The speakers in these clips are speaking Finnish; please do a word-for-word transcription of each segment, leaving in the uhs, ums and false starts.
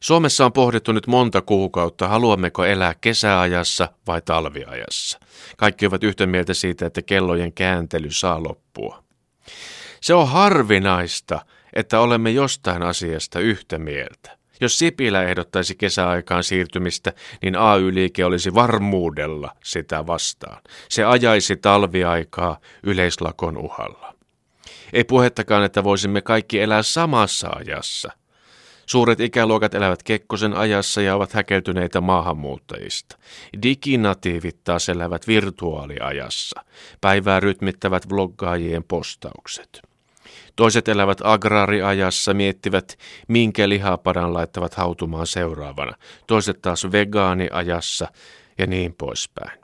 Suomessa on pohdittu nyt monta kuukautta, haluammeko elää kesäajassa vai talviajassa. Kaikki ovat yhtä mieltä siitä, että kellojen kääntely saa loppua. Se on harvinaista, että olemme jostain asiasta yhtä mieltä. Jos Sipilä ehdottaisi kesäaikaan siirtymistä, niin A Y-liike olisi varmuudella sitä vastaan. Se ajaisi talviaikaa yleislakon uhalla. Ei puhettakaan, että voisimme kaikki elää samassa ajassa. Suuret ikäluokat elävät Kekkosen ajassa ja ovat häkeltyneitä maahanmuuttajista. Diginatiivit taas elävät virtuaaliajassa. Päivää rytmittävät vloggaajien postaukset. Toiset elävät agraariajassa, miettivät, minkä lihapadan laittavat hautumaan seuraavana. Toiset taas vegaaniajassa ja niin poispäin.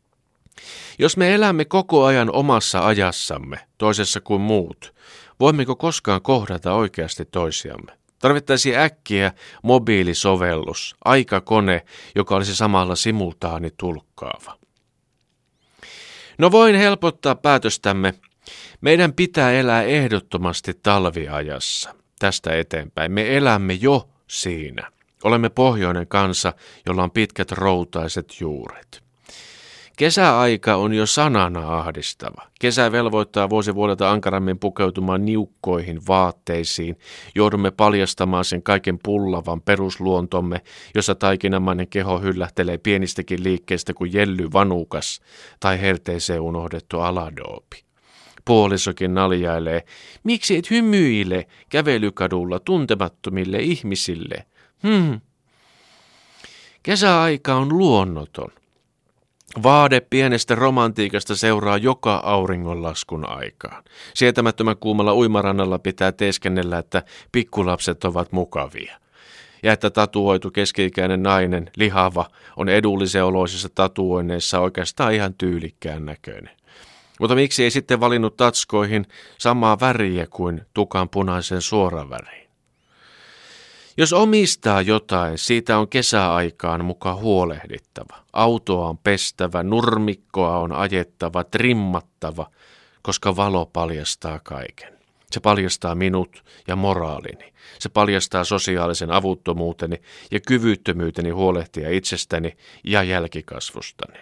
Jos me elämme koko ajan omassa ajassamme, toisessa kuin muut, voimmeko koskaan kohdata oikeasti toisiamme? Tarvittaisiin äkkiä mobiilisovellus, aikakone, joka olisi samalla simultaanitulkkaava. No voin helpottaa päätöstämme. Meidän pitää elää ehdottomasti talviajassa. Tästä eteenpäin. Me elämme jo siinä. Olemme pohjoinen kansa, jolla on pitkät routaiset juuret. Kesäaika on jo sanana ahdistava. Kesä velvoittaa vuosi vuodelta ankarammin pukeutumaan niukkoihin vaatteisiin. Joudumme paljastamaan sen kaiken pullavan perusluontomme, jossa taikinamainen keho hyllähtelee pienistäkin liikkeistä kuin jelly vanukas tai herteeseen unohdettu aladoopi. Puolisokin naljailee, miksi et hymyile kävelykadulla tuntemattomille ihmisille? Hmm. Kesäaika on luonnoton. Vaade pienestä romantiikasta seuraa joka auringonlaskun aikaan. Sietämättömän kuumalla uimarannalla pitää teeskennellä, että pikkulapset ovat mukavia. Ja että tatuoitu keski-ikäinen nainen, lihava, on edullisen oloisissa tatuoinneissa oikeastaan ihan tyylikkään näköinen. Mutta miksi ei sitten valinnut tatskoihin samaa väriä kuin tukan punaisen suoraväriin? Jos omistaa jotain, siitä on kesäaikaan muka huolehdittava. Autoa on pestävä, nurmikkoa on ajettava, trimmattava, koska valo paljastaa kaiken. Se paljastaa minut ja moraalini. Se paljastaa sosiaalisen avuttomuuteni ja kyvyttömyyteni huolehtia itsestäni ja jälkikasvustani.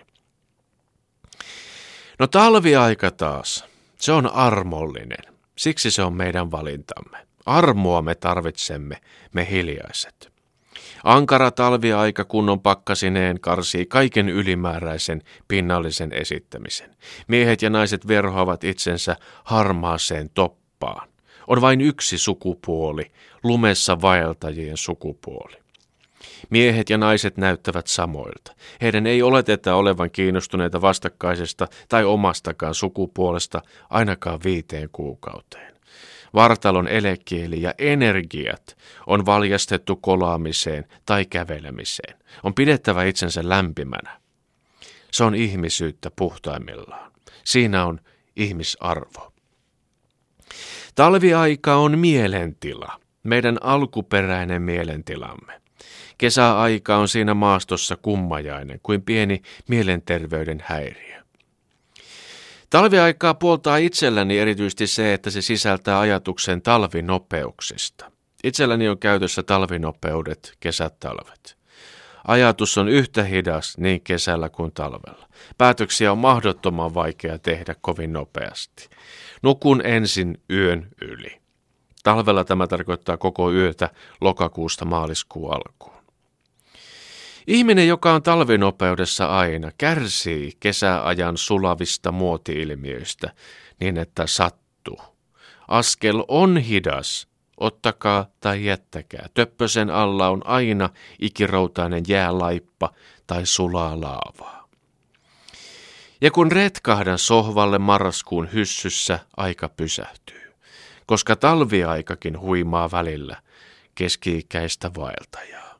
No talviaika taas, se on armollinen. Siksi se on meidän valintamme. Armoa me tarvitsemme, me hiljaiset. Ankara talviaika kunnon pakkasineen karsii kaiken ylimääräisen pinnallisen esittämisen. Miehet ja naiset verhoavat itsensä harmaaseen toppaan. On vain yksi sukupuoli, lumessa vaeltajien sukupuoli. Miehet ja naiset näyttävät samoilta. Heidän ei oleteta olevan kiinnostuneita vastakkaisesta tai omastakaan sukupuolesta ainakaan viiteen kuukauteen. Vartalon elekieli ja energiat on valjastettu kolaamiseen tai kävelemiseen. On pidettävä itsensä lämpimänä. Se on ihmisyyttä puhtaimmillaan. Siinä on ihmisarvo. Talviaika on mielentila, meidän alkuperäinen mielentilamme. Kesäaika on siinä maastossa kummajainen kuin pieni mielenterveyden häiriö. Talviaikaa puoltaa itselläni erityisesti se, että se sisältää ajatuksen talvinopeuksista. Itselläni on käytössä talvinopeudet, kesätalvet. Ajatus on yhtä hidas niin kesällä kuin talvella. Päätöksiä on mahdottoman vaikea tehdä kovin nopeasti. Nukun ensin yön yli. Talvella tämä tarkoittaa koko yötä lokakuusta maaliskuun alkuun. Ihminen, joka on talvinopeudessa aina, kärsii kesäajan sulavista muoti-ilmiöistä niin, että sattuu. Askel on hidas, ottakaa tai jättäkää. Töppösen alla on aina ikiroutainen jäälaippa tai sulaa laavaa. Ja kun retkahdan sohvalle marraskuun hyssyssä, aika pysähtyy, koska talviaikakin huimaa välillä keski-ikäistä vaeltajaa.